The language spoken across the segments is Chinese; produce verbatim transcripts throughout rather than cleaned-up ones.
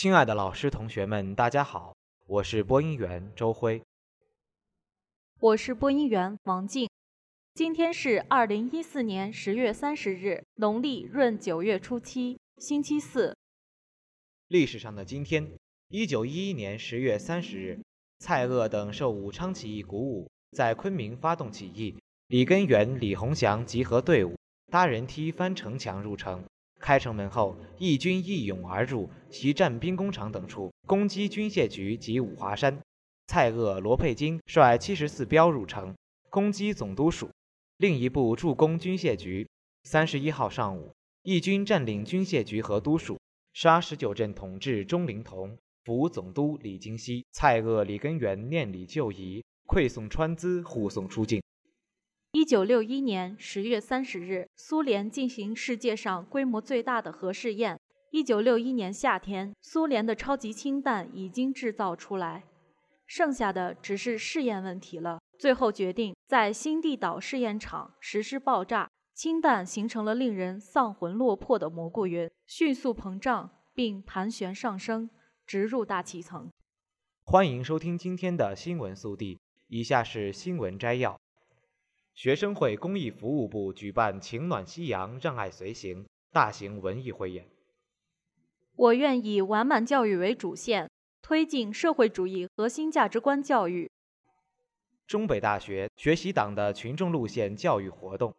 亲爱的老师、同学们，大家好，我是播音员周辉。 我是播音员王静。今天是二零一四年十月三十日，农历闰九月初七，星期四。 历史上的今天，一九一一年十月三十日，蔡锷等受武昌起义鼓舞，在昆明发动起义。李根源、李鸿祥集合队伍，搭人梯翻城墙入城。开城门后，义军一涌而入，袭占兵工厂等处，攻击军械局及五华山。蔡锷、罗佩金率七十四标入城，攻击总督署，另一部助攻军械局。三十一号上午，义军占领军械局和都署，杀十九镇统治钟灵同，俘总督李经羲。蔡锷、李根源念礼就仪，馈送川资，护送出境。 一九六一年十月三十日，苏联进行世界上规模最大的核试验。一九六一年夏天，苏联的超级氢弹已经制造出来，剩下的只是试验问题了。最后决定在新地岛试验场实施爆炸，氢弹形成了令人丧魂落魄的蘑菇云，迅速膨胀并盘旋上升，直入大气层。 欢迎收听今天的新闻速递，以下是新闻摘要。学生会公益服务部举办情暖夕阳让爱随行大型文艺汇演。 我院以完满教育为主线，推进社会主义核心价值观教育。 中北大学学习党的群众路线教育活动。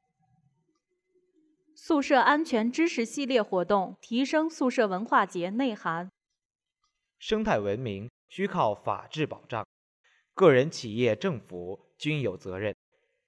宿舍安全知识系列活动，提升宿舍文化节内涵。 生态文明需靠法治保障，个人、企业、政府均有责任。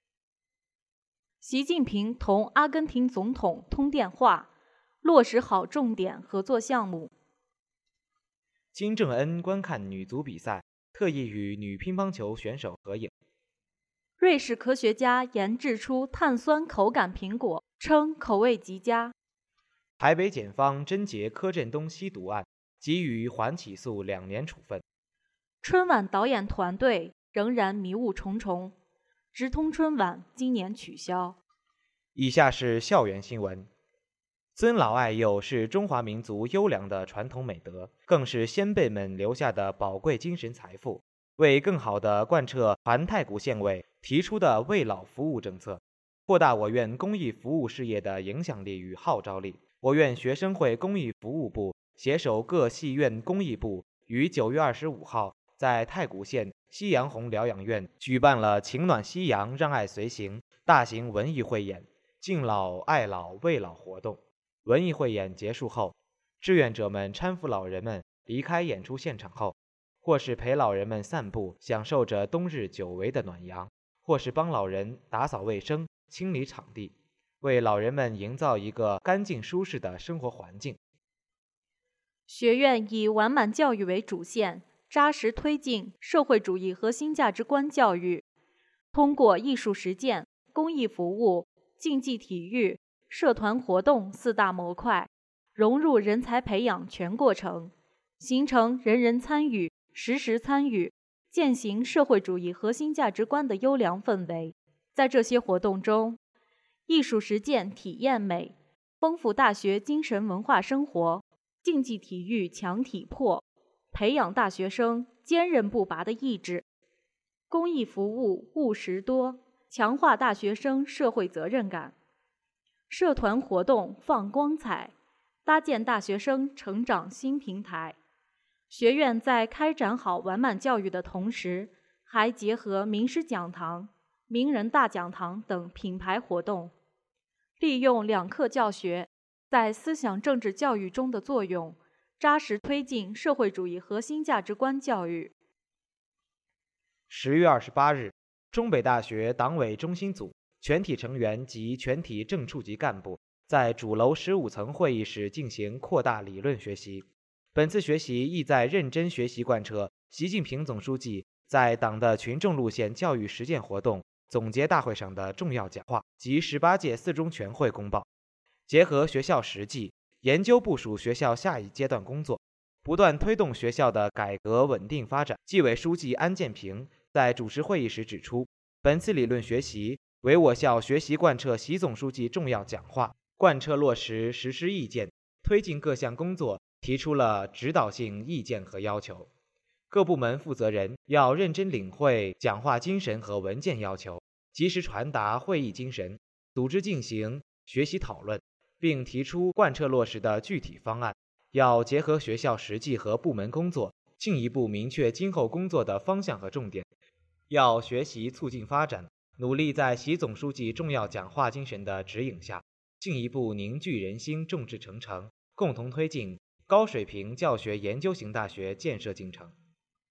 习近平同阿根廷总统通电话，落实好重点合作项目。 金正恩观看女足比赛，特意与女乒乓球选手合影。 瑞士科学家研制出碳酸口感苹果，称口味极佳。 台北检方侦结柯震东吸毒案，给予缓起诉两年处分。 春晚导演团队仍然迷雾重重，直通春晚今年取消。 以下是校园新闻。尊老爱幼是中华民族优良的传统美德，更是先辈们留下的宝贵精神财富。为更好地贯彻环太谷县委提出的为老服务政策，扩大我院公益服务事业的影响力与号召力，我院学生会公益服务部携手各系院公益部，于九月二十五号在太谷县夕阳红疗养院举办了情暖夕阳让爱随行大型文艺汇演、敬老爱老慰老活动。文艺汇演结束后，志愿者们搀扶老人们离开演出现场后，或是陪老人们散步，享受着冬日久违的暖阳，或是帮老人打扫卫生、清理场地，为老人们营造一个干净舒适的生活环境。 学院以完满教育为主线，扎实推进社会主义核心价值观教育，通过艺术实践、公益服务、竞技体育、社团活动四大模块，融入人才培养全过程，形成人人参与、实时参与、践行社会主义核心价值观的优良氛围。在这些活动中，艺术实践体验美，丰富大学精神文化生活；竞技体育强体魄，培养大学生坚韧不拔的意志；公益服务务实多，强化大学生社会责任感；社团活动放光彩，搭建大学生成长新平台。学院在开展好完满教育的同时，还结合名师讲堂、名人大讲堂等品牌活动，利用两课教学在思想政治教育中的作用，扎实推进社会主义核心价值观教育。 十月二十八日，中北大学党委中心组全体成员及全体正处级干部在主楼十五层会议室进行扩大理论学习。本次学习意在认真学习贯彻习近平总书记在党的群众路线教育实践活动总结大会上的重要讲话及十八届四中全会公报，结合学校实际，研究部署学校下一阶段工作，不断推动学校的改革稳定发展。纪委书记安建平在主持会议时指出，本次理论学习为我校学习贯彻习总书记重要讲话，贯彻落实实施意见，推进各项工作提出了指导性意见和要求。各部门负责人要认真领会讲话精神和文件要求，及时传达会议精神，组织进行学习讨论，并提出贯彻落实的具体方案。要结合学校实际和部门工作，进一步明确今后工作的方向和重点。要学习促进发展，努力在习总书记重要讲话精神的指引下，进一步凝聚人心，众志成城，共同推进高水平教学研究型大学建设进程。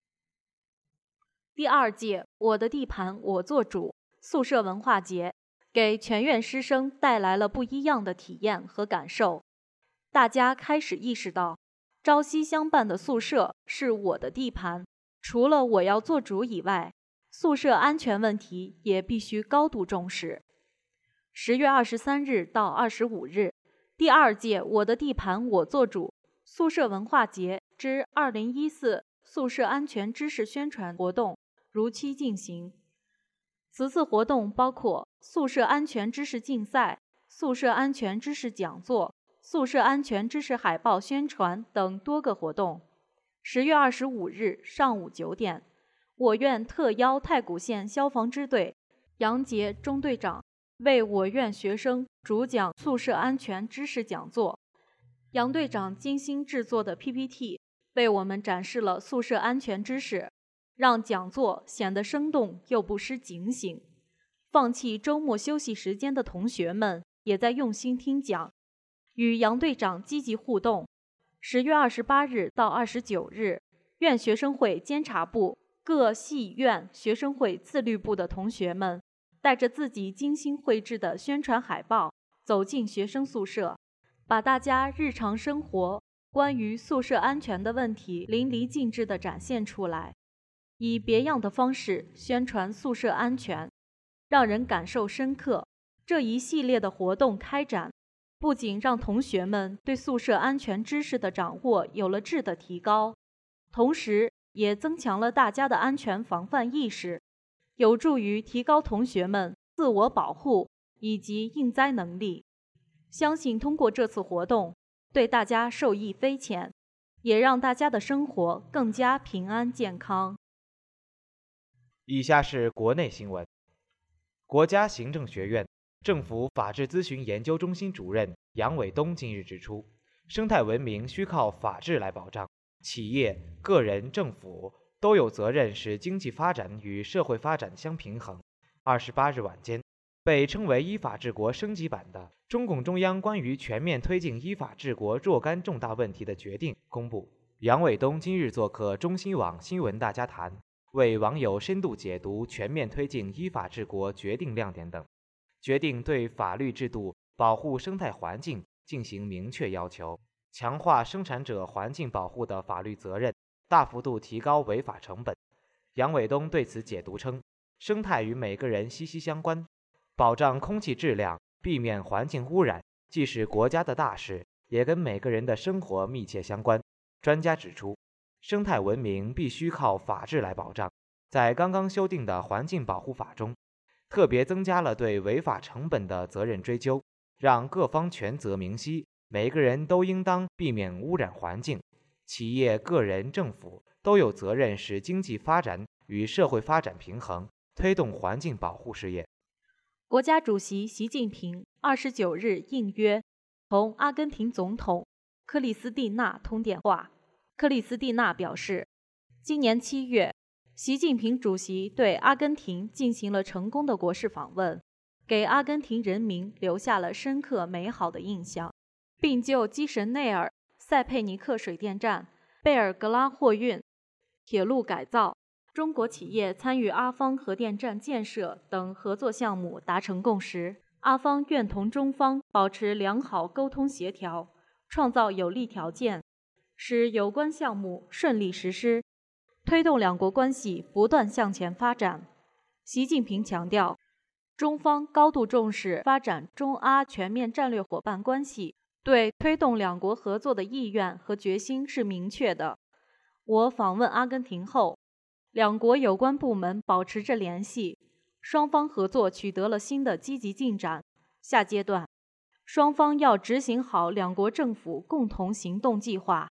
第二届我的地盘我做主宿舍文化节给全院师生带来了不一样的体验和感受。大家开始意识到，朝夕相伴的宿舍是我的地盘，除了我要做主以外，宿舍安全问题也必须高度重视。十月二十三日到二十五日，第二届我的地盘我做主宿舍文化节之二零一四宿舍安全知识宣传活动如期进行。此次活动包括宿舍安全知识竞赛、宿舍安全知识讲座、宿舍安全知识海报宣传等多个活动。十月二十五日上午九点，我院特邀太谷县消防支队杨杰中队长为我院学生主讲宿舍安全知识讲座。杨队长精心制作的 P P T 为我们展示了宿舍安全知识，让讲座显得生动又不失警醒。放弃周末休息时间的同学们也在用心听讲，与杨队长积极互动。十月二十八日到二十九日，院学生会监察部各系院学生会自律部的同学们带着自己精心绘制的宣传海报走进学生宿舍，把大家日常生活关于宿舍安全的问题淋漓尽致地展现出来，以别样的方式宣传宿舍安全，让人感受深刻。这一系列的活动开展，不仅让同学们对宿舍安全知识的掌握有了质的提高，同时也增强了大家的安全防范意识，有助于提高同学们自我保护以及应灾能力。相信通过这次活动，对大家受益匪浅，也让大家的生活更加平安健康。 以下是国内新闻。国家行政学院政府法治咨询研究中心主任杨伟东近日指出，生态文明需靠法治来保障，企业、个人、政府都有责任使经济发展与社会发展相平衡。二十八日晚间，被称为依法治国升级版的中共中央关于全面推进依法治国若干重大问题的决定公布。杨伟东今日做客中新网新闻大家谈，为网友深度解读全面推进依法治国决定亮点等。决定对法律制度保护生态环境进行明确要求，强化生产者环境保护的法律责任，大幅度提高违法成本。杨伟东对此解读称，生态与每个人息息相关，保障空气质量，避免环境污染，既是国家的大事，也跟每个人的生活密切相关。专家指出，生态文明必须靠法治来保障。在刚刚修订的环境保护法中，特别增加了对违法成本的责任追究，让各方权责明晰，每个人都应当避免污染环境。企业、个人、政府都有责任使经济发展与社会发展平衡，推动环境保护事业。 国家主席习近平二十九日应约同阿根廷总统克里斯蒂娜通电话。克里斯蒂娜表示，今年七月，习近平主席对阿根廷进行了成功的国事访问，给阿根廷人民留下了深刻美好的印象，并就基什内尔、塞佩尼克水电站、贝尔格拉货运铁路改造、中国企业参与阿方核电站建设等合作项目达成共识。阿方愿同中方保持良好沟通协调，创造有利条件，使有关项目顺利实施，推动两国关系不断向前发展。习近平强调，中方高度重视发展中阿全面战略伙伴关系，对推动两国合作的意愿和决心是明确的。我访问阿根廷后，两国有关部门保持着联系，双方合作取得了新的积极进展。下阶段，双方要执行好两国政府共同行动计划，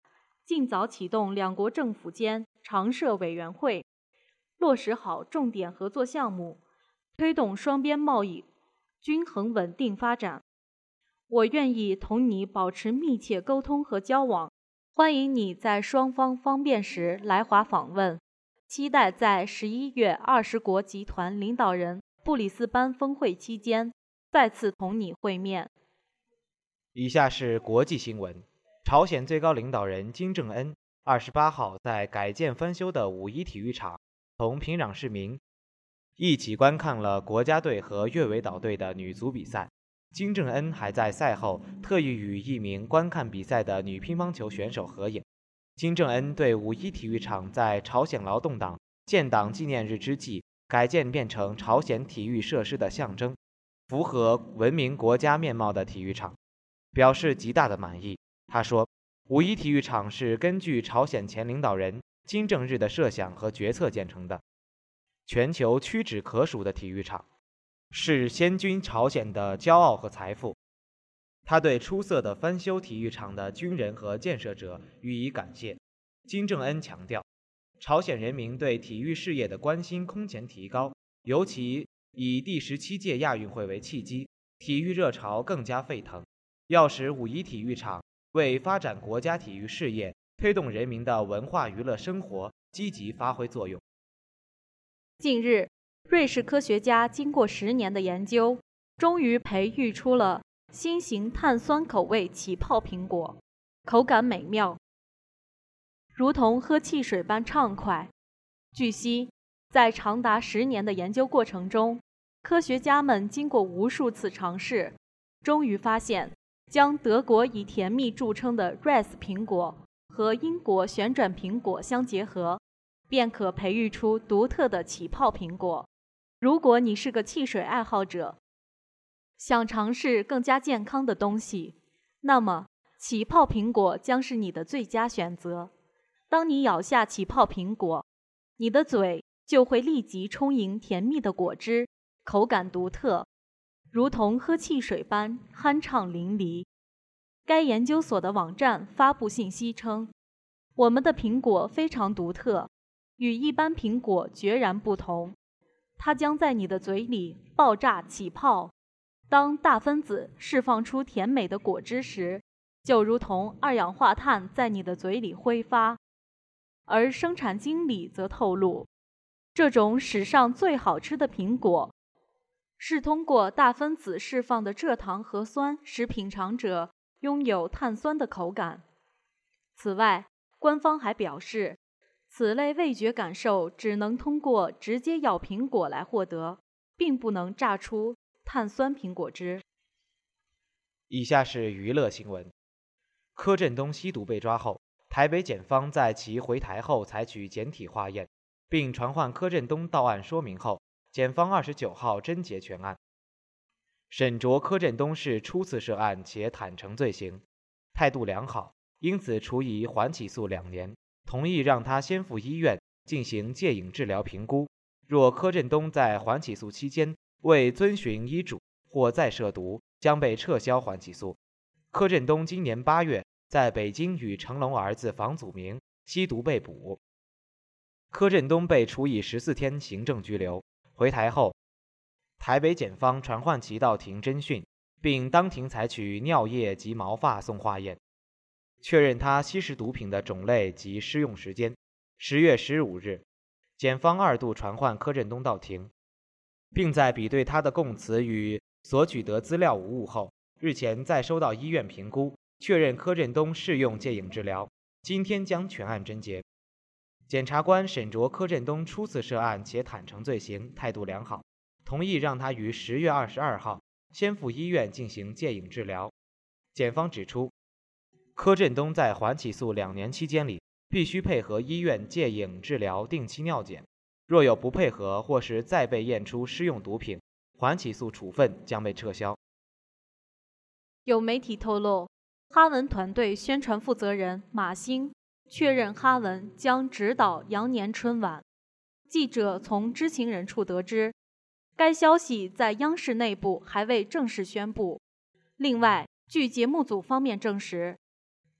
尽早启动两国政府间常设委员会，落实好重点合作项目，推动双边贸易均衡稳定发展。我愿意同你保持密切沟通和交往，欢迎你在双方方便时来华访问，期待在十一月二十国集团领导人布里斯班峰会期间再次同你会面。 以下是国际新闻。朝鲜最高领导人金正恩二十八号在改建翻修的五一体育场同平壤市民一起观看了国家队和越尾岛队的女足比赛。金正恩还在赛后特意与一名观看比赛的女乒乓球选手合影。金正恩对五一体育场在朝鲜劳动党建党纪念日之际改建变成朝鲜体育设施的象征，符合文明国家面貌的体育场，表示极大的满意。他说，五一体育场是根据朝鲜前领导人金正日的设想和决策建成的，全球屈指可数的体育场，是先军朝鲜的骄傲和财富。他对出色的翻修体育场的军人和建设者予以感谢。金正恩强调，朝鲜人民对体育事业的关心空前提高，尤其以第十七届亚运会为契机，体育热潮更加沸腾，要使五一体育场为发展国家体育事业、推动人民的文化娱乐生活积极发挥作用。 近日，瑞士科学家经过十年的研究，终于培育出了新型碳酸口味起泡苹果，口感美妙，如同喝汽水般畅快。据悉，在长达十年的研究过程中，科学家们经过无数次尝试，终于发现将德国以甜蜜著称的 Ritz 苹果和英国旋转苹果相结合，便可培育出独特的起泡苹果。如果你是个汽水爱好者，想尝试更加健康的东西，那么起泡苹果将是你的最佳选择。当你咬下起泡苹果，你的嘴就会立即充盈甜蜜的果汁，口感独特，如同喝汽水般酣畅淋漓。该研究所的网站发布信息称，我们的苹果非常独特，与一般苹果决然不同，它将在你的嘴里爆炸起泡。当大分子释放出甜美的果汁时，就如同二氧化碳在你的嘴里挥发。而生产经理则透露，这种史上最好吃的苹果是通过大分子释放的蔗糖核酸使品尝者拥有碳酸的口感。此外，官方还表示，此类味觉感受只能通过直接咬苹果来获得，并不能榨出碳酸苹果汁。 以下是娱乐新闻。柯震东吸毒被抓后，台北检方在其回台后采取简体化验，并传唤柯震东到案说明后，检方二十九号侦结全案，审酌柯震东是初次涉案且坦诚罪行，态度良好，因此处以缓起诉两年，同意让他先赴医院进行戒瘾治疗评估。若柯震东在缓起诉期间未遵循医嘱或再涉毒，将被撤销缓起诉。柯震东今年八月在北京与成龙儿子房祖名吸毒被捕，柯震东被处以十四天行政拘留。回台后，台北检方传唤其到庭侦讯，并当庭采取尿液及毛发送化验，确认他吸食毒品的种类及施用时间。十月十五日，检方二度传唤柯震东到庭，并在比对他的供词与所取得资料无误后，日前再收到医院评估，确认柯震东适用戒瘾治疗，今天将全案侦结。检察官审酌柯震东初次涉案且坦诚罪行，态度良好，同意让他于十月二十二号先赴医院进行戒瘾治疗。检方指出，柯震东在缓起诉两年期间里，必须配合医院戒瘾治疗定期尿检，若有不配合或是再被验出施用毒品，缓起诉处分将被撤销。 有媒体透露，哈文团队宣传负责人马欣确认哈文将执导羊年春晚。记者从知情人处得知，该消息在央视内部还未正式宣布。另外，据节目组方面证实，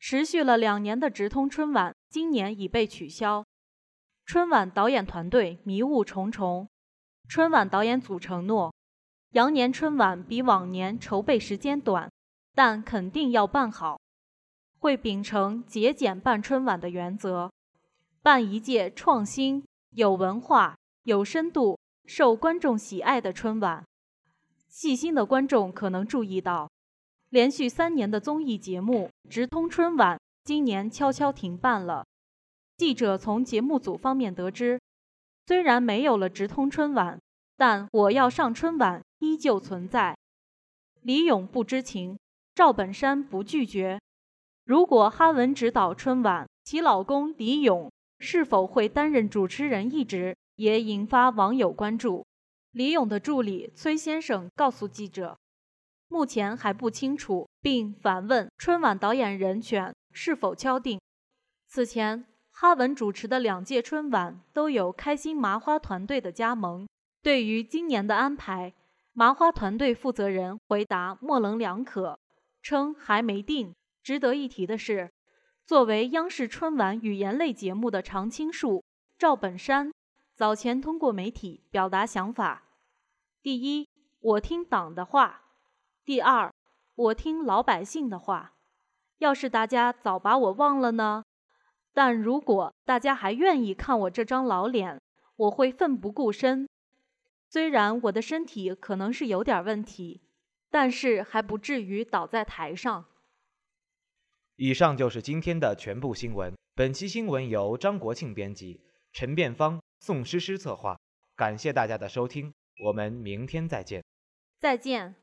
持续了两年的直通春晚今年已被取消。春晚导演团队迷雾重重。春晚导演组承诺，羊年春晚比往年筹备时间短，但肯定要办好，会秉承节俭办春晚的原则，办一届创新、有文化、有深度、受观众喜爱的春晚。细心的观众可能注意到，连续三年的综艺节目直通春晚今年悄悄停办了。记者从节目组方面得知，虽然没有了直通春晚，但我要上春晚依旧存在。李咏不知情，赵本山不拒绝。如果哈文执导春晚，其老公李咏是否会担任主持人一职，也引发网友关注。李咏的助理崔先生告诉记者，目前还不清楚，并反问春晚导演人选是否敲定。此前哈文主持的两届春晚都有开心麻花团队的加盟。对于今年的安排，麻花团队负责人回答模棱两可，称还没定。值得一提的是，作为央视春晚语言类节目的常青树赵本山，早前通过媒体表达想法：第一，我听党的话；第二，我听老百姓的话。要是大家早把我忘了呢？但如果大家还愿意看我这张老脸，我会奋不顾身。虽然我的身体可能是有点问题，但是还不至于倒在台上。 以上就是今天的全部新闻。本期新闻由张国庆编辑，陈变方、宋诗诗策划。感谢大家的收听，我们明天再见。 再见。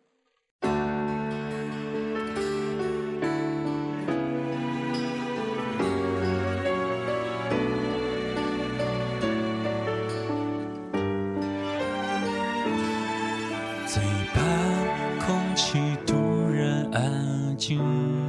最怕空气突然安静，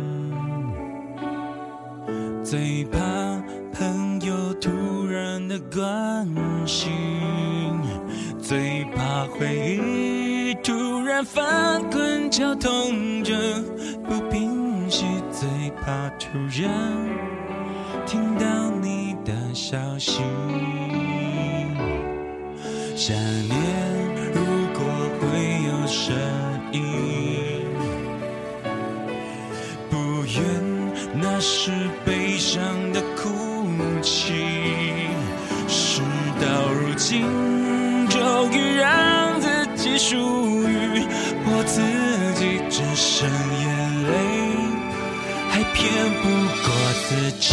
最怕朋友突然的关心，最怕回忆突然翻滚绞痛着不平息，最怕突然听到你的消息。想念如果会有声音，不愿那是悲伤的哭泣。事到如今，终于让自己属于我自己，只剩眼泪还骗不过自己。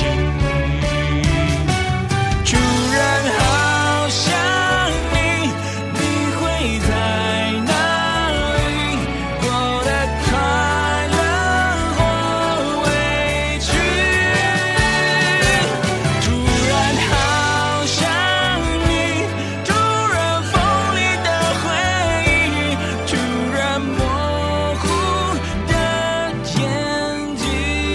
突然好想你，你会在哪里？过得快乐或委屈。突然好想你，突然锋利的回忆，突然模糊的眼睛。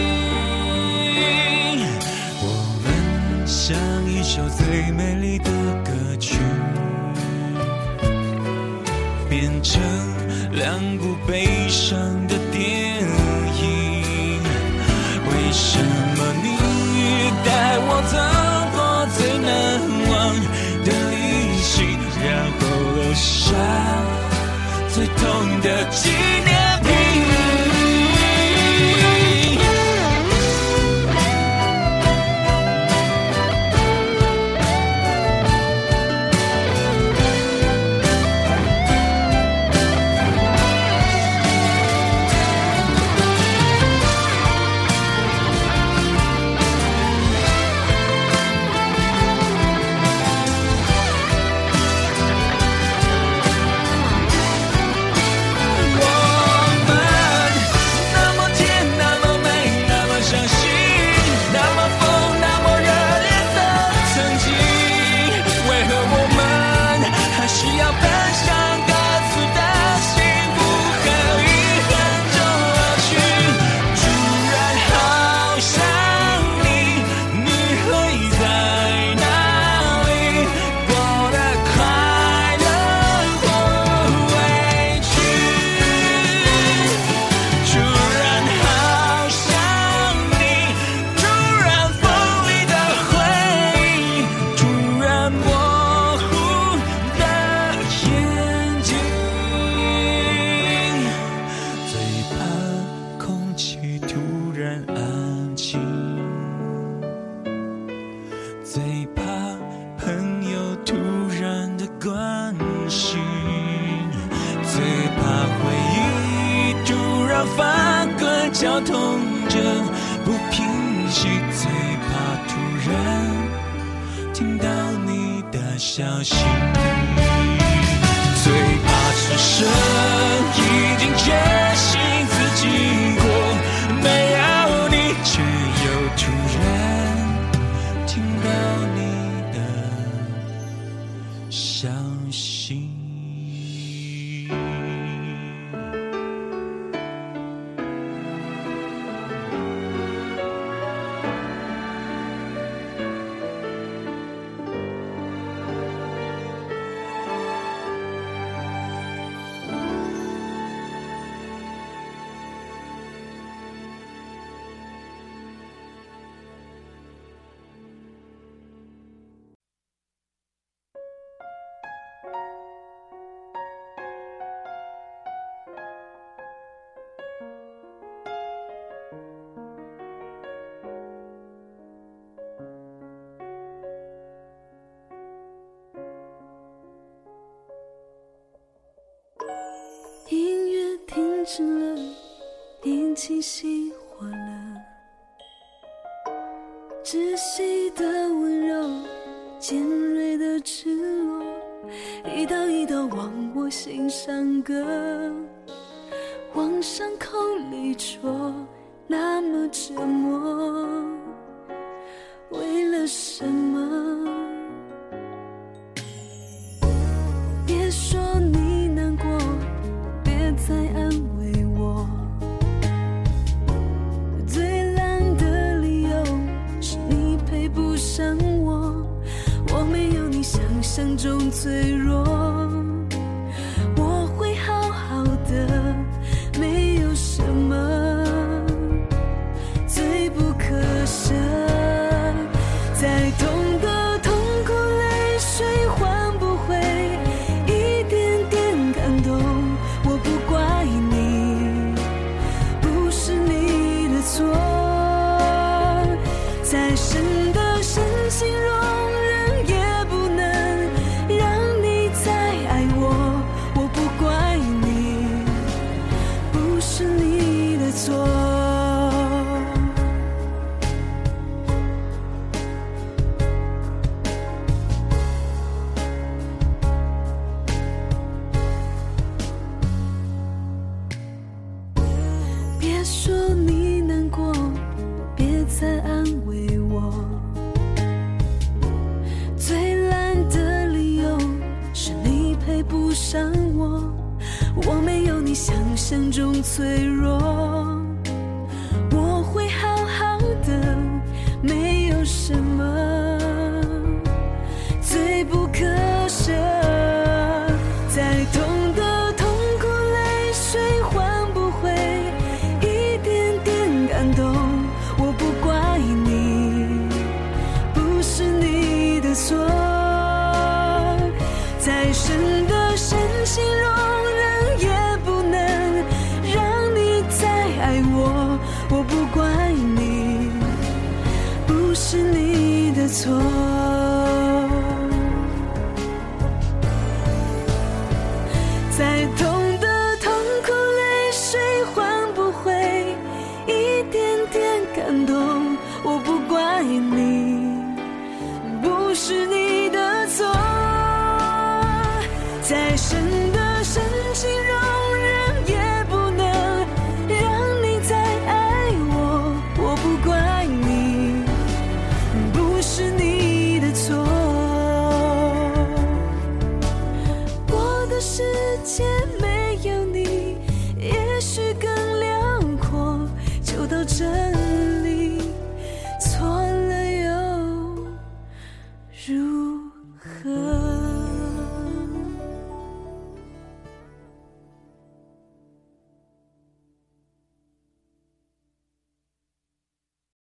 我们像一首最美丽的歌曲，变成两部悲伤的电影。为什么你带我走过最难忘的旅行，然后留下最痛的纪念品？我最怕朋友突然的关心，最怕回忆突然翻滚，绞痛着不平息，最怕突然听到你的消息，最怕此生已经决心自己过，没有你却又突然听到你的消息。 音乐停止了，引起熄火了，窒息的温柔，尖锐的赤裸，一刀一刀往我心上割，往伤口里戳，那么折磨，为了什么？别说你难过，别再安慰我，最烂的理由是你配不上我，我没有你想象中脆弱，我会好好的，没有什么最不可舍，再痛的痛苦泪水换不回一点点感动，我不怪你，不是你的错，再深的深情容忍也不能让你再爱我，我不怪你，不是你的错。别说你难过，别再安慰我，最烂的理由是你配不上我，我没有你想象中脆弱，我会好好的，没有什么最不可舍，再痛的痛苦泪水换不回一点点感动，我不怪你，不是你的错，再深的深情容忍也不能让你再爱我，我不怪你，不是你的错，再痛的痛苦泪水换不回一点点感动，我不怪你，不是你的错，再深的深情容忍也不能让你再爱我，我不怪你，不是你的错，我的世界没有你也许更辽阔，就到这里，错了又如何？